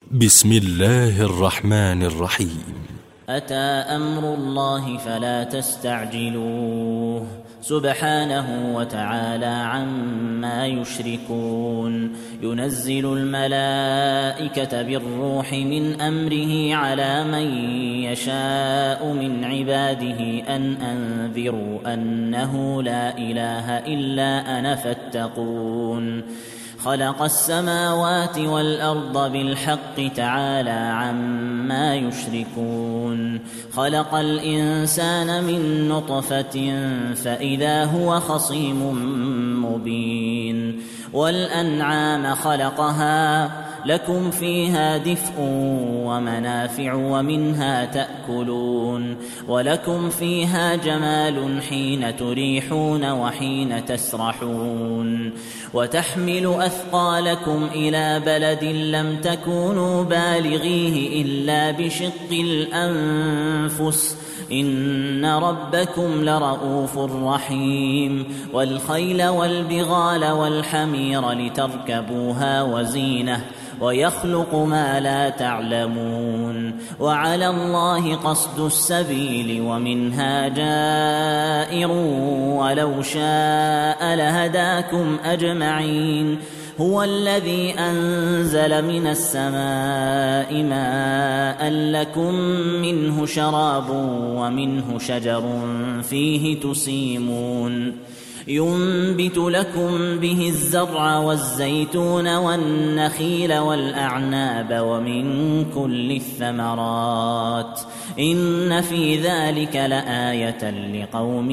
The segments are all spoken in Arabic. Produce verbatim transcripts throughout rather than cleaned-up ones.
بسم الله الرحمن الرحيم. أتى أمر الله فلا تستعجلوه سبحانه وتعالى عما يشركون. ينزل الملائكة بالروح من أمره على من يشاء من عباده أن أنذروا أنه لا إله إلا أنا فاتقون. خلق السماوات والأرض بالحق تعالى عما يشركون. خلق الإنسان من نطفة فإذا هو خصيم مبين. والأنعام خلقها لكم فيها دفء ومنافع ومنها تأكلون. ولكم فيها جمال حين تريحون وحين تسرحون. وتحمل أثقالكم إلى بلد لم تكونوا بالغيه إلا بشق الأنفس إن ربكم لرؤوف رحيم. والخيل والبغال والحمير لتركبوها وزينة ويخلق ما لا تعلمون. وعلى الله قصد السبيل ومنها جائر ولو شاء لهداكم أجمعين. هو الذي أنزل من السماء ماء لكم منه شراب ومنه شجر فيه تسيمون. ينبت لكم به الزرع والزيتون والنخيل والأعناب ومن كل الثمرات إن في ذلك لآية لقوم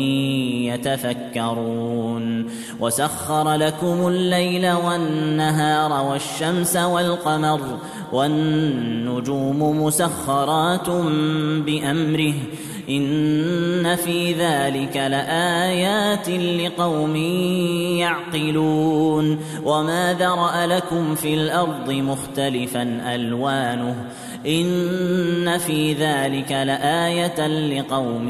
يتفكرون. وسخر لكم الليل والنهار والشمس والقمر والنجوم مسخرات بأمره إن في ذلك لآيات لقوم يعقلون. وما ذرأ لكم في الأرض مختلفا ألوانه إن في ذلك لآية لقوم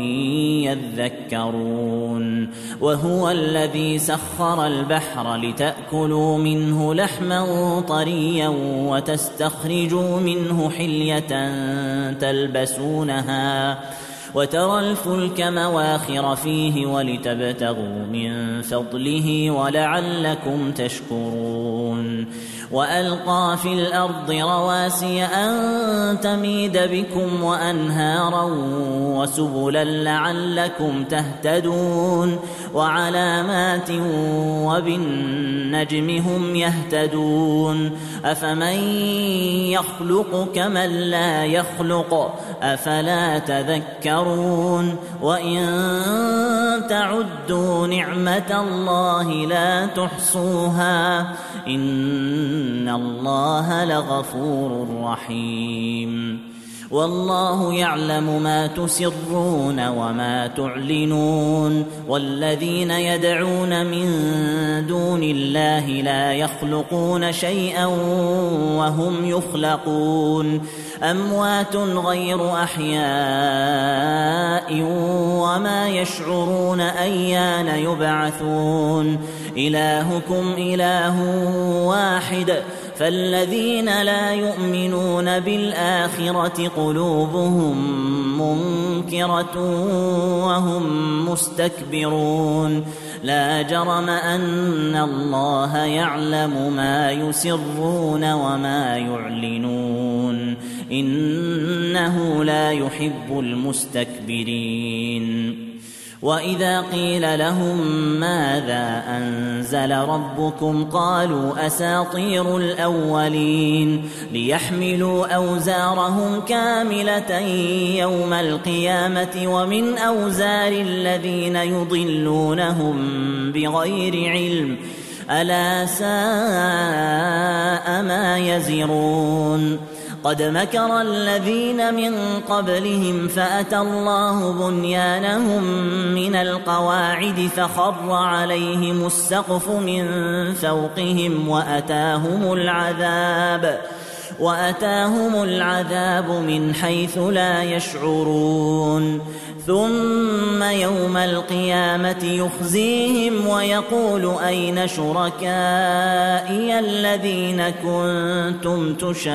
يذكرون. وهو الذي سخر البحر لتأكلوا منه لحما طريا وتستخرجوا منه حلية تلبسونها وترى الفلك مواخر فيه ولتبتغوا من فضله ولعلكم تشكرون. وألقى في الأرض رواسي أن تميد بكم وأنهارا وسبلا لعلكم تهتدون. وعلامات وبالنجم هم يهتدون. أفمن يخلق كمن لا يخلق أفلا تذكرون. وإن تعدوا نعمة الله لا تحصوها إن الله لغفور رحيم. والله يعلم ما تسرون وما تعلنون. والذين يدعون من دون الله لا يخلقون شيئا وهم يخلقون. أموات غير أحياء وما يشعرون أيان يبعثون. إلهكم إله واحد فالذين لا يؤمنون بالآخرة قلوبهم منكرة وهم مستكبرون. لا جرم أن الله يعلم ما يسرون وما يعلنون إنه لا يحب المستكبرين. وإذا قيل لهم ماذا أنزل ربكم قالوا أساطير الأولين ليحملوا أوزارهم كاملة يوم القيامة ومن أوزار الذين يضلونهم بغير علم ألا ساء ما يزرون. قد مكر الذين من قبلهم فأتى الله بنيانهم من القواعد فخر عليهم السقف من فوقهم وأتاهم العذاب وأتاهم العذاب من حيث لا يشعرون ثم يوم القيامة يخزيهم ويقول أين شركائي الذين كنتم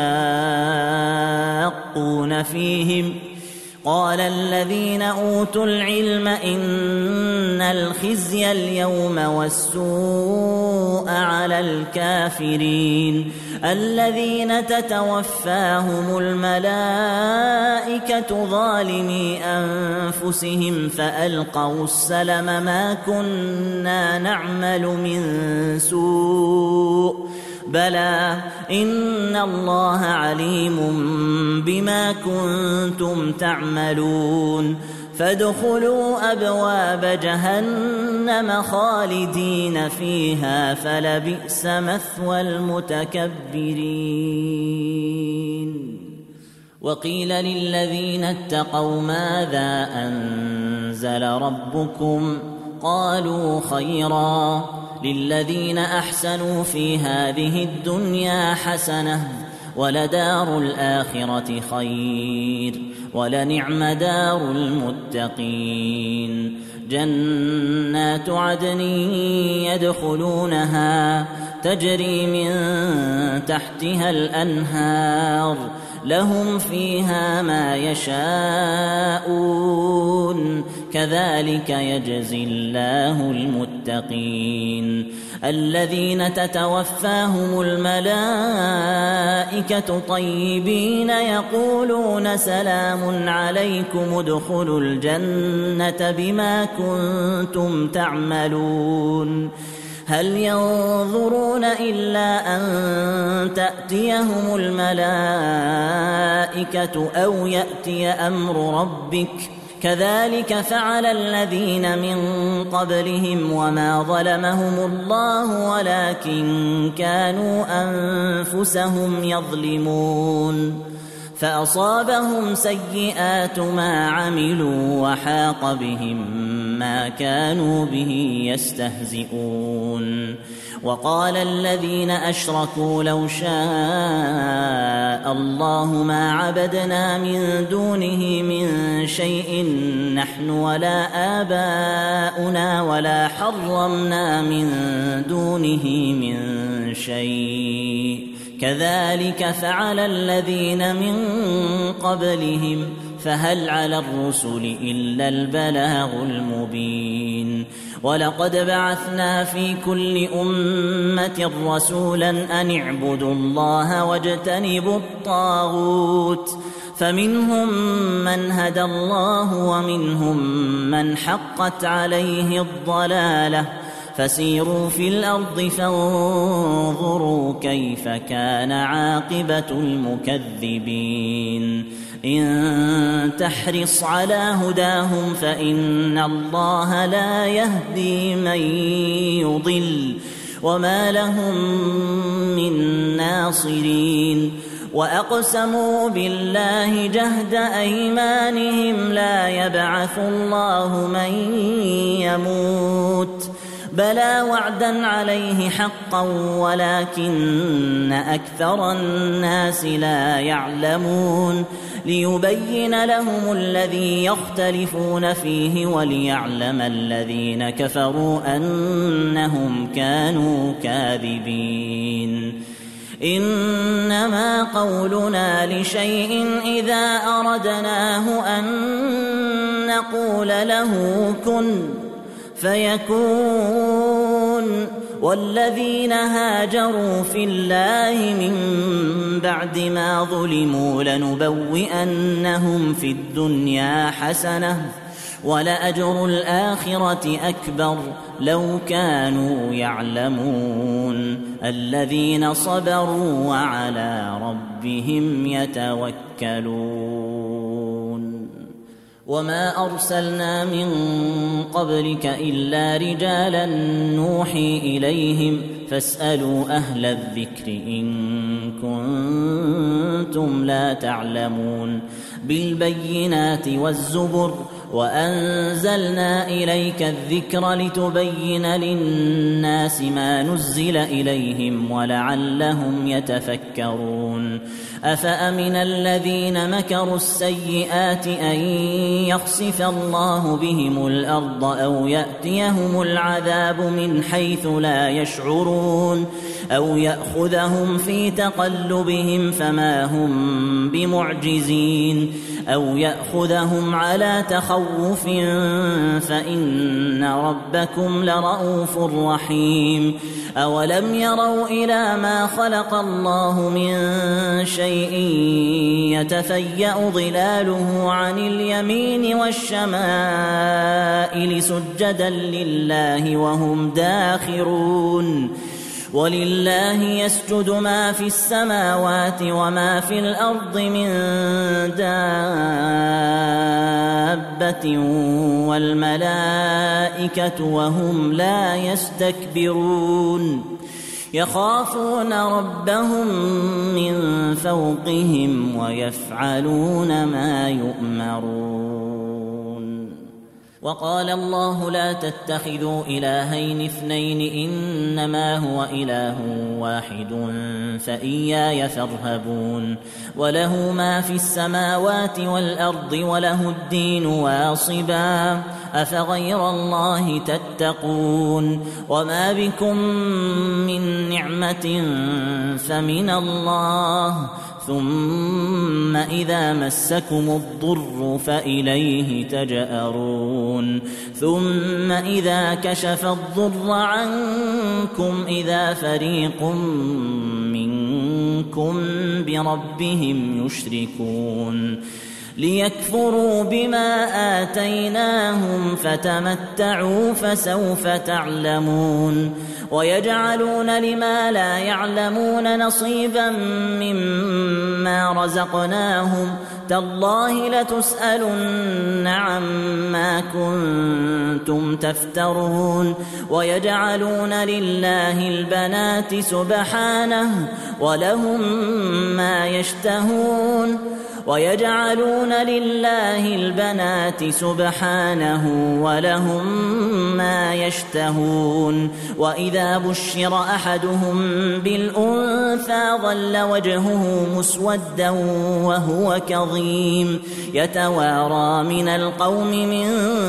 تشاقون فيهم قال الذين أوتوا العلم إن الخزي اليوم والسوء على الكافرين الذين تتوفاهم الملائكة ظالمي أنفسهم فألقوا السلم ما كنا نعمل من سوء بلى إن الله عليم بما كنتم تعملون فادخلوا أبواب جهنم خالدين فيها فلبئس مثوى المتكبرين وقيل للذين اتقوا ماذا أنزل ربكم قالوا خيرا للذين أحسنوا في هذه الدنيا حسنة ولدار الآخرة خير ولنعم دار المتقين جنات عدن يدخلونها تجري من تحتها الأنهار لهم فيها ما يشاءون كذلك يجزي الله المتقين الذين تتوفاهم الملائكة طيبين يقولون سلام عليكم ادخلوا الجنة بما كنتم تعملون هل ينظرون إلا أن تأتيهم الملائكة أو يأتي أمر ربك كذلك فعل الذين من قبلهم وما ظلمهم الله ولكن كانوا أنفسهم يظلمون فأصابهم سيئات ما عملوا وحاق بهم ما كانوا به يستهزئون وقال الذين أشركوا لو شاء الله ما عبدنا من دونه من شيء نحن ولا آباؤنا ولا حرمنا من دونه من شيء كذلك فعل الذين من قبلهم فهل على الرسل إلا البلاغ المبين ولقد بعثنا في كل أمة رسولا أن اعبدوا الله واجتنبوا الطاغوت فمنهم من هدى الله ومنهم من حقت عليه الضلالة فسيروا في الأرض فانظروا كيف كان عاقبة المكذبين إن تحرص على هداهم فإن الله لا يهدي من يضل وما لهم من ناصرين وأقسموا بالله جهد أيمانهم لا يبعث الله من يموت بلى وعدا عليه حقا ولكن أكثر الناس لا يعلمون ليبين لهم الذي يختلفون فيه وليعلم الذين كفروا أنهم كانوا كاذبين إنما قولنا لشيء إذا أردناه أن نقول له كن فيكون والذين هاجروا في الله من بعد ما ظلموا لنبوئنهم في الدنيا حسنة ولأجر الآخرة أكبر لو كانوا يعلمون الذين صبروا وعلى ربهم يتوكلون وما أرسلنا من قبلك إلا رجالا نوحي إليهم فاسألوا أهل الذكر إن كنتم لا تعلمون بالبينات والزبر وأنزلنا إليك الذكر لتبين للناس ما نزل إليهم ولعلهم يتفكرون أفأمن الذين مكروا السيئات أن يخسف الله بهم الأرض أو يأتيهم العذاب من حيث لا يشعرون أو يأخذهم في تقلبهم فما هم بمعجزين أو يأخذهم على تخوف فإن ربكم لرءوف رحيم أولم يروا إلى ما خلق الله من شيء يتفيأ ظلاله عن اليمين والشمائل سجدا لله وهم داخرون ولله يسجد ما في السماوات وما في الأرض من دابة والملائكة وهم لا يستكبرون يخافون ربهم من فوقهم ويفعلون ما يؤمرون وقال الله لا تتخذوا إلهين اثنين إنما هو إله واحد فإياي فارهبون وله ما في السماوات والأرض وله الدين واصبا أفغير الله تتقون وما بكم من نعمة فمن الله ثم إذا مسكم الضر فإليه تجأرون ثم إذا كشف الضر عنكم إذا فريق منكم بربهم يشركون ليكفروا بما آتيناهم فتمتعوا فسوف تعلمون ويجعلون لما لا يعلمون نصيبا مما رزقناهم تالله لتسألن عما كنتم تفترون ويجعلون لله البنات سبحانه ولهم ما يشتهون ويجعلون لله البنات سبحانه ولهم ما يشتهون وإذا بشر أحدهم بالأنثى ظل وجهه مسودا وهو كظيم يتوارى من القوم من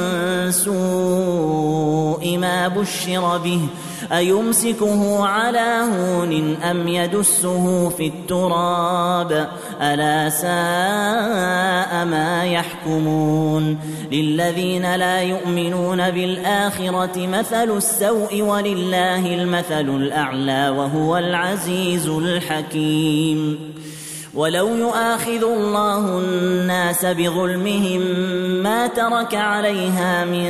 سوء ما بشر به أيمسكه على هون أم يدسه في التراب ألا ساء ما يحكمون للذين لا يؤمنون بالآخرة مثل السوء ولله المثل الأعلى وهو العزيز الحكيم ولو يؤاخذ الله الناس بظلمهم ما ترك عليها من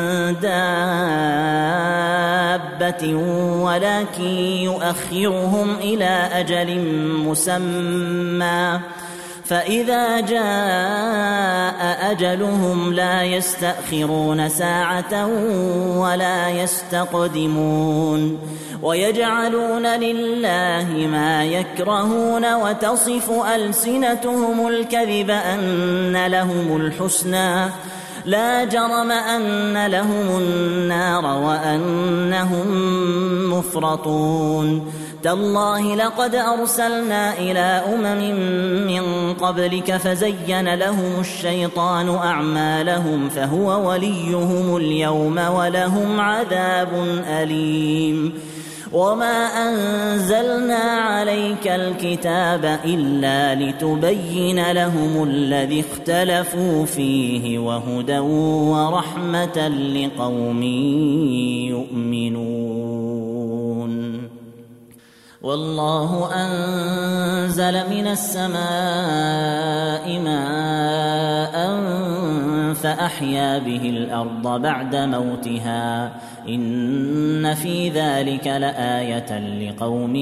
دابة ولكن يؤخرهم إلى أجل مسمى فإذا جاء أجلهم لا يستأخرون ساعة ولا يستقدمون ويجعلون لله ما يكرهون وتصف ألسنتهم الكذب أن لهم الحسنى لا جرم أن لهم النار وأنهم مفرطون تالله لقد أرسلنا إلى أمم من قبلك فزين لهم الشيطان أعمالهم فهو وليهم اليوم ولهم عذاب أليم وما أنزلنا عليك الكتاب إلا لتبين لهم الذي اختلفوا فيه وهدى ورحمة لقوم يؤمنون والله أنزل من السماء ماء فأحيا به الأرض بعد موتها إن في ذلك لآية لقوم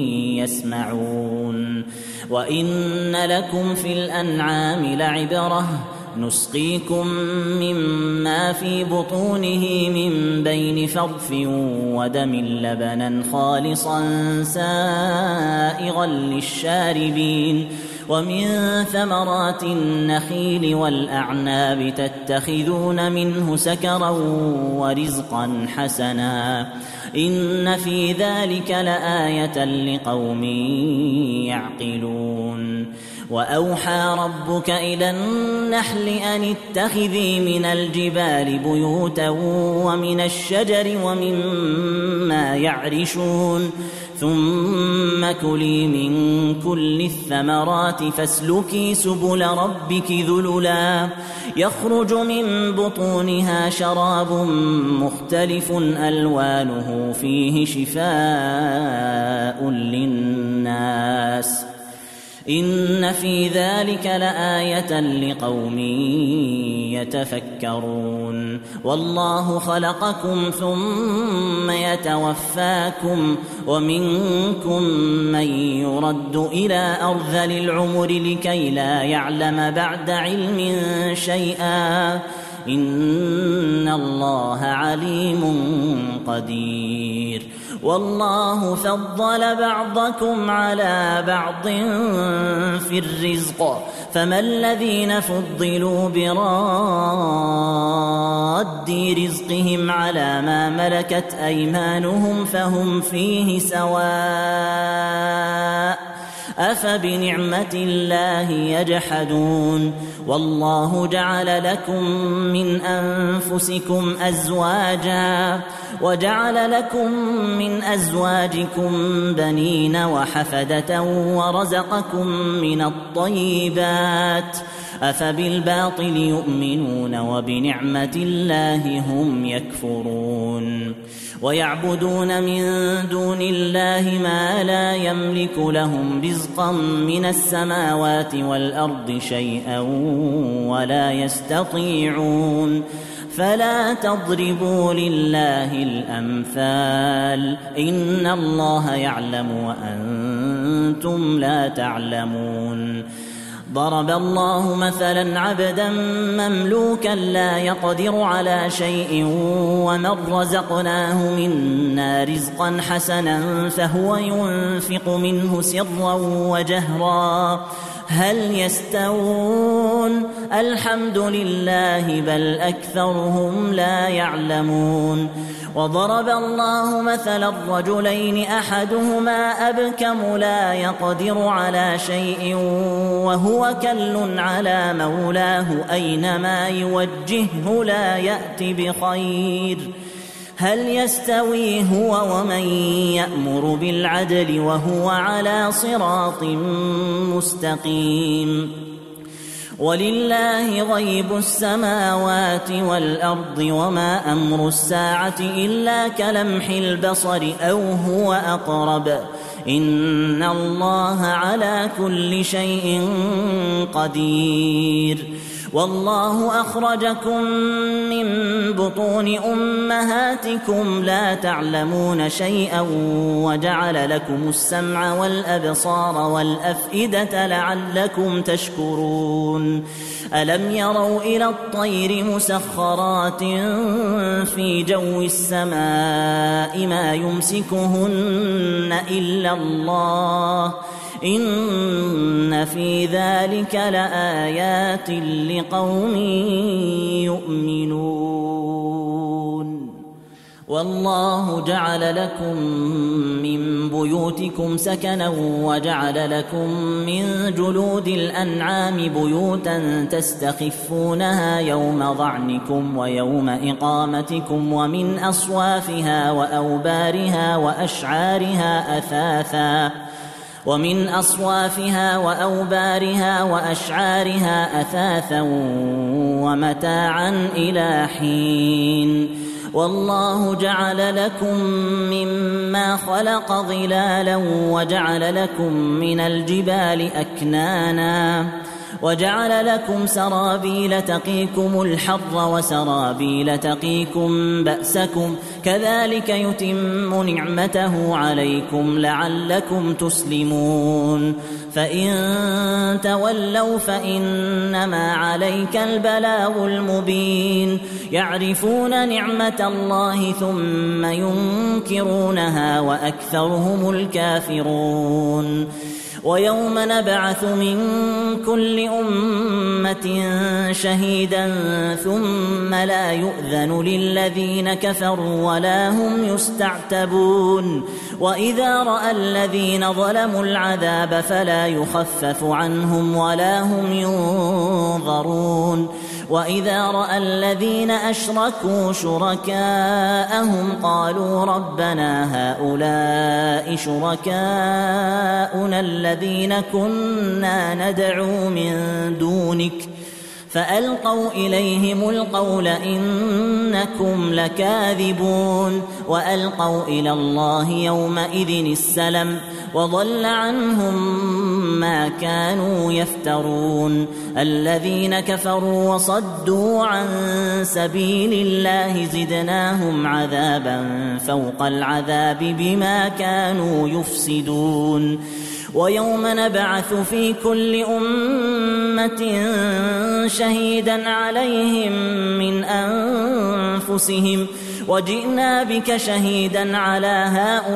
يسمعون وإن لكم في الأنعام لعبرة نسقيكم مما في بطونه من بين فرث ودم لبنا خالصا سائغا للشاربين ومن ثمرات النخيل والأعناب تتخذون منه سكرا ورزقا حسنا إن في ذلك لآية لقوم يعقلون وأوحى ربك إلى النحل أن اتخذي من الجبال بيوتا ومن الشجر ومما يعرشون ثم كلي من كل الثمرات فاسلكي سبل ربك ذللا يخرج من بطونها شراب مختلف ألوانه فيه شفاء للناس إن في ذلك لآية لقوم يتفكرون والله خلقكم ثم يتوفاكم ومنكم من يرد إلى أرذل العمر لكي لا يعلم بعد علم شيئا إن الله عليم قدير والله فضل بعضكم على بعض في الرزق فما الذين فضلوا براد رزقهم على ما ملكت أيمانهم فهم فيه سواء أفبنعمة الله يجحدون والله جعل لكم من أنفسكم أزواجا وجعل لكم من أزواجكم بنين وحفدة ورزقكم من الطيبات أفبالباطل يؤمنون وبنعمة الله هم يكفرون ويعبدون من دون الله ما لا يملك لهم رزقا من السماوات والأرض شيئا ولا يستطيعون فلا تضربوا لله الأمثال إن الله يعلم وأنتم لا تعلمون ضرب الله مثلا عبدا مملوكا لا يقدر على شيء ومن رزقناه منا رزقا حسنا فهو ينفق منه سرا وجهرا هل يستوون الحمد لله بل أكثرهم لا يعلمون وضرب الله مثلا الرجلين أحدهما أبكم لا يقدر على شيء وهو كل على مولاه أينما يوجهه لا يأتي بخير هل يستوي هو ومن يأمر بالعدل وهو على صراط مستقيم ولله غيب السماوات والأرض وما أمر الساعة إلا كلمح البصر أو هو أقرب إن الله على كل شيء قدير والله أخرجكم من بطون أمهاتكم لا تعلمون شيئا وجعل لكم السمع والأبصار والأفئدة لعلكم تشكرون ألم يروا إلى الطير مسخرات في جو السماء ما يمسكهن إلا الله إن في ذلك لآيات لقوم يؤمنون والله جعل لكم من بيوتكم سكنا وجعل لكم من جلود الأنعام بيوتا تستخفونها يوم ضعنكم ويوم إقامتكم ومن أصوافها وأوبارها وأشعارها أثاثا ومن أصوافها وأوبارها وأشعارها أثاثا ومتاعا إلى حين والله جعل لكم مما خلق ظلالا وجعل لكم من الجبال أكنانا وجعل لكم سرابيل تقيكم الحر وسرابيل تقيكم بأسكم كذلك يتم نعمته عليكم لعلكم تسلمون فإن تولوا فإنما عليك البلاغ المبين يعرفون نعمة الله ثم ينكرونها وأكثرهم الكافرون ويوم نبعث من كل أمة شهيدا ثم لا يؤذن للذين كفروا ولا هم يستعتبون وإذا رأى الذين ظلموا العذاب فلا يخفف عنهم ولا هم ينظرون وإذا رأى الذين أشركوا شركاءهم قالوا ربنا هؤلاء شركاؤنا الذين كنا ندعو من دونك فألقوا إليهم القول إنكم لكاذبون وألقوا إلى الله يومئذ السلم وضل عنهم ما كانوا يفترون الذين كفروا وصدوا عن سبيل الله زدناهم عذابا فوق العذاب بما كانوا يفسدون ويوم نبعث في كل أمة شهيدا عليهم من أنفسهم وجئنا بك شهيدا على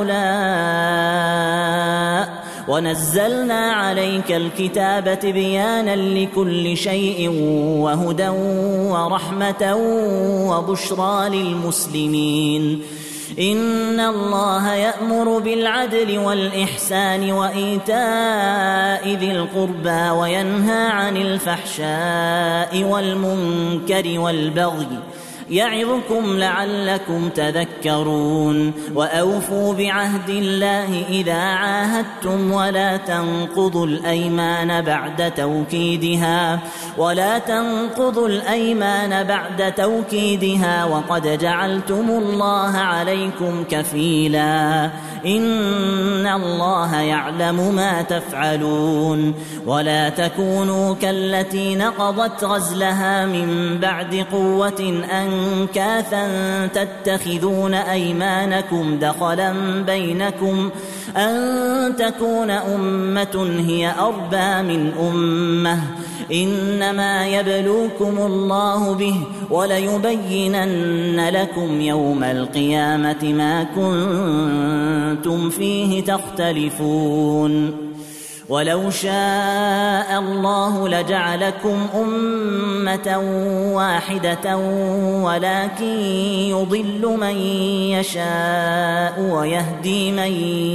هؤلاء ونزلنا عليك الكتاب بيانا لكل شيء وهدى ورحمة وبشرى للمسلمين إن الله يأمر بالعدل والإحسان وإيتاء ذي القربى وينهى عن الفحشاء والمنكر والبغي يعظكم لعلكم تذكرون وأوفوا بعهد الله إذا عاهدتم ولا تنقضوا الأيمان بعد توكيدها ولا تنقضوا الأيمان بعد توكيدها وقد جعلتم الله عليكم كفيلا إن الله يعلم ما تفعلون ولا تكونوا كالتي نقضت غزلها من بعد قوة أنكاثا تتخذون أيمانكم دخلا بينكم أن تكون أمة هي أربى من أمة إنما يبلوكم الله به وليبينن لكم يوم القيامة ما كنتم فيه تختلفون ولو شاء الله لجعلكم أمة واحدة ولكن يضل من يشاء ويهدي من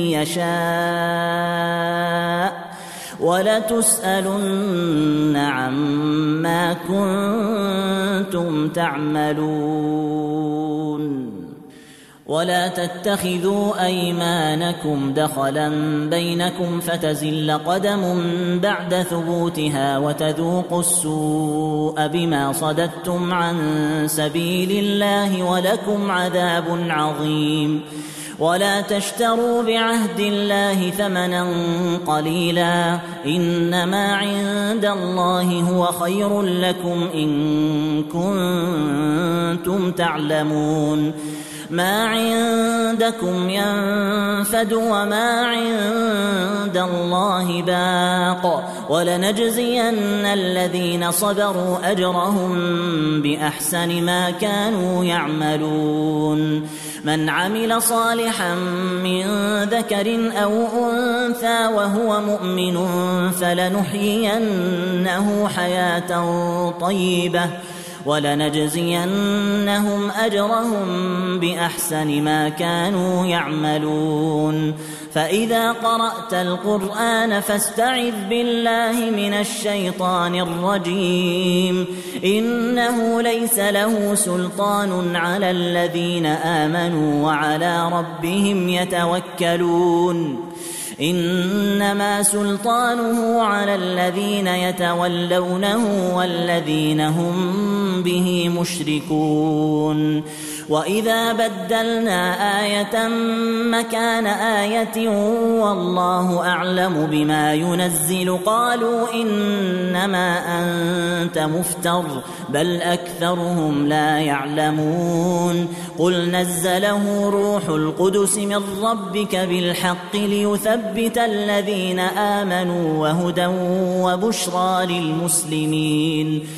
يشاء ولتسألن عما كنتم تعملون ولا تتخذوا أيمانكم دخلا بينكم فتزل قدم بعد ثبوتها وتذوقوا السوء بما صددتم عن سبيل الله ولكم عذاب عظيم ولا تشتروا بعهد الله ثمنا قليلا إنما عند الله هو خير لكم إن كنتم تعلمون ما عندكم ينفد وما عند الله باق ولنجزين الذين صبروا أجرهم بأحسن ما كانوا يعملون من عمل صالحا من ذكر أو أنثى وهو مؤمن فلنحيينه حياة طيبة ولنجزينهم أجرهم بأحسن ما كانوا يعملون فإذا قرأت القرآن فاستعذ بالله من الشيطان الرجيم إنه ليس له سلطان على الذين آمنوا وعلى ربهم يتوكلون إنما سلطانه على الذين يتولونه والذين هم به مشركون وإذا بدلنا آية مكان آية والله أعلم بما ينزل قالوا إنما أنت مفتر بل أكثرهم لا يعلمون قل نزله روح القدس من ربك بالحق ليثبت الذين آمنوا وهدى وبشرى للمسلمين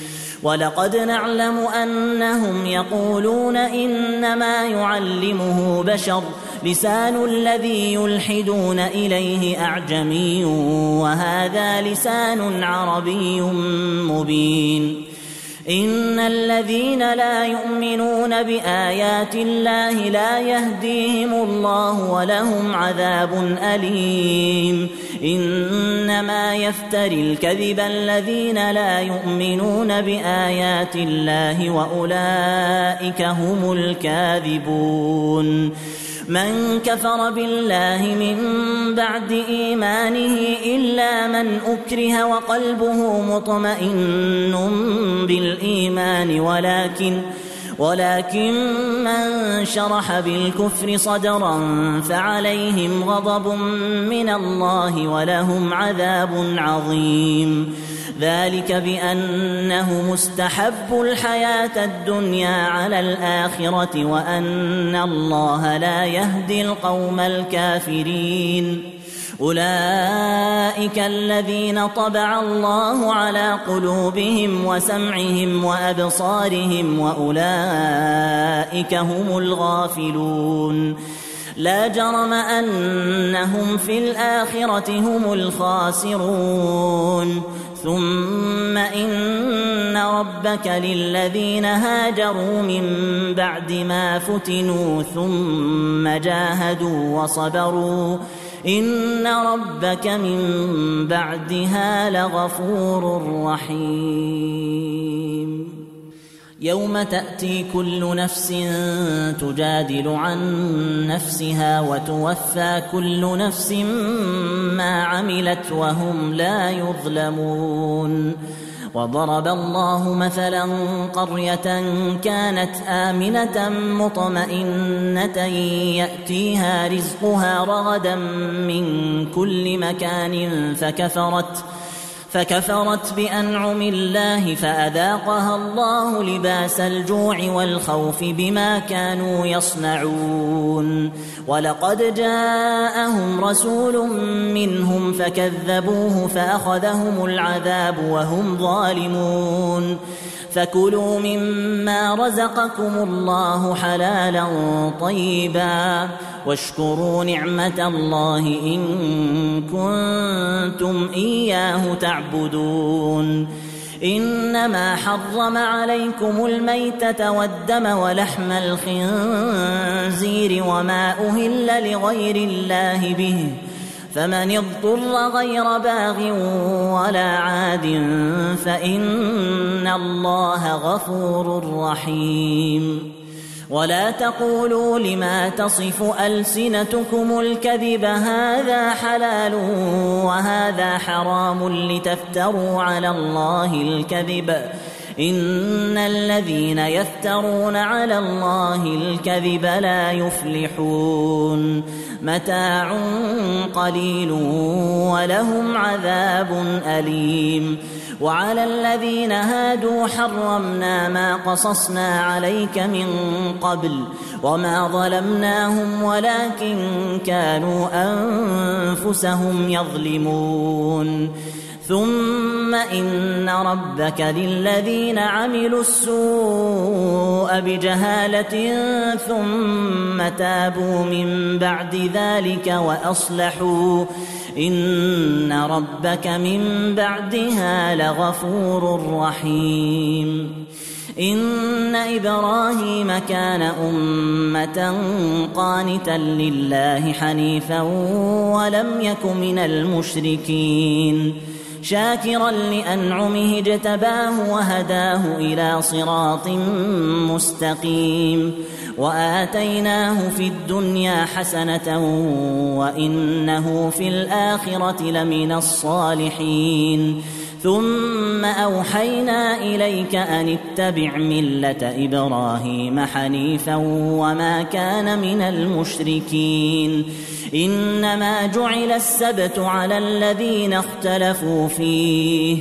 ولقد نعلم أنهم يقولون إنما يعلمه بشر لسان الذي يلحدون إليه أعجمي وهذا لسان عربي مبين إن الذين لا يؤمنون بآيات الله لا يهديهم الله ولهم عذاب أليم إنما يفتري الكذب الذين لا يؤمنون بآيات الله وأولئك هم الكاذبون من كفر بالله من بعد إيمانه إلا من أكره وقلبه مطمئن بالإيمان ولكن ولكن من شرح بالكفر صدرا فعليهم غضب من الله ولهم عذاب عظيم ذلك بأنه مستحب الحياة الدنيا على الآخرة وأن الله لا يهدي القوم الكافرين أولئك الذين طبع الله على قلوبهم وسمعهم وأبصارهم وأولئك هم الغافلون لا جرم أنهم في الآخرة هم الخاسرون ثم إن ربك للذين هاجروا من بعد ما فتنوا ثم جاهدوا وصبروا إن ربك من بعدها لغفور رحيم يوم تأتي كل نفس تجادل عن نفسها وتوفى كل نفس ما عملت وهم لا يظلمون وضرب الله مثلا قرية كانت آمنة مطمئنة يأتيها رزقها رغدا من كل مكان فكفرت فكفرت بأنعم الله فأذاقها الله لباس الجوع والخوف بما كانوا يصنعون ولقد جاءهم رسول منهم فكذبوه فأخذهم العذاب وهم ظالمون فكلوا مما رزقكم الله حلالا طيبا واشكروا نعمة الله إن كنتم إياه تعبدون إنما حرم عليكم الميتة والدم ولحم الخنزير وما أهل لغير الله به فمن اضطر غير باغ ولا عاد فإن الله غفور رحيم ولا تقولوا لما تصف ألسنتكم الكذب هذا حلال وهذا حرام لتفتروا على الله الكذب إن الذين يفترون على الله الكذب لا يفلحون متاع قليل ولهم عذاب أليم وعلى الذين هادوا حرمنا ما قصصنا عليك من قبل وما ظلمناهم ولكن كانوا أنفسهم يظلمون ثم إن ربك للذين عملوا السوء بجهالة ثم تابوا من بعد ذلك وأصلحوا إن ربك من بعدها لغفور رحيم إن إبراهيم كان أمة قانتا لله حنيفا ولم يك من المشركين شاكرا لأنعمه اجتباه وهداه إلى صراط مستقيم وآتيناه في الدنيا حسنة وإنه في الآخرة لمن الصالحين ثم أوحينا إليك أن اتبع ملة إبراهيم حنيفا وما كان من المشركين إنما جعل السبت على الذين اختلفوا فيه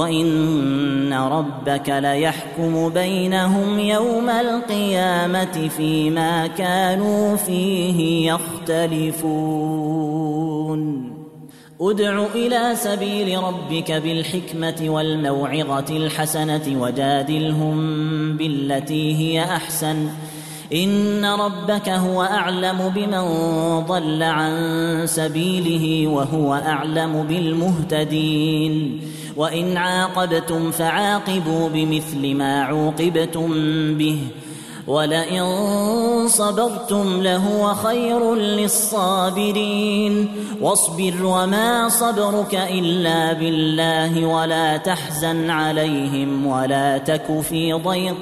وإن ربك ليحكم بينهم يوم القيامة فيما كانوا فيه يختلفون ادع إلى سبيل ربك بالحكمة والموعظة الحسنة وجادلهم بالتي هي أحسن إن ربك هو أعلم بمن ضل عن سبيله وهو أعلم بالمهتدين وإن عاقبتم فعاقبوا بمثل ما عوقبتم به ولئن صبرتم لهو خير للصابرين واصبر وما صبرك إلا بالله ولا تحزن عليهم ولا تك في ضيق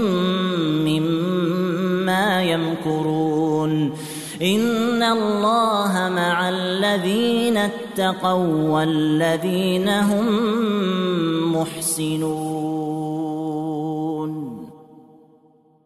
مما يمكرون إن الله مع الذين اتقوا والذين هم محسنون.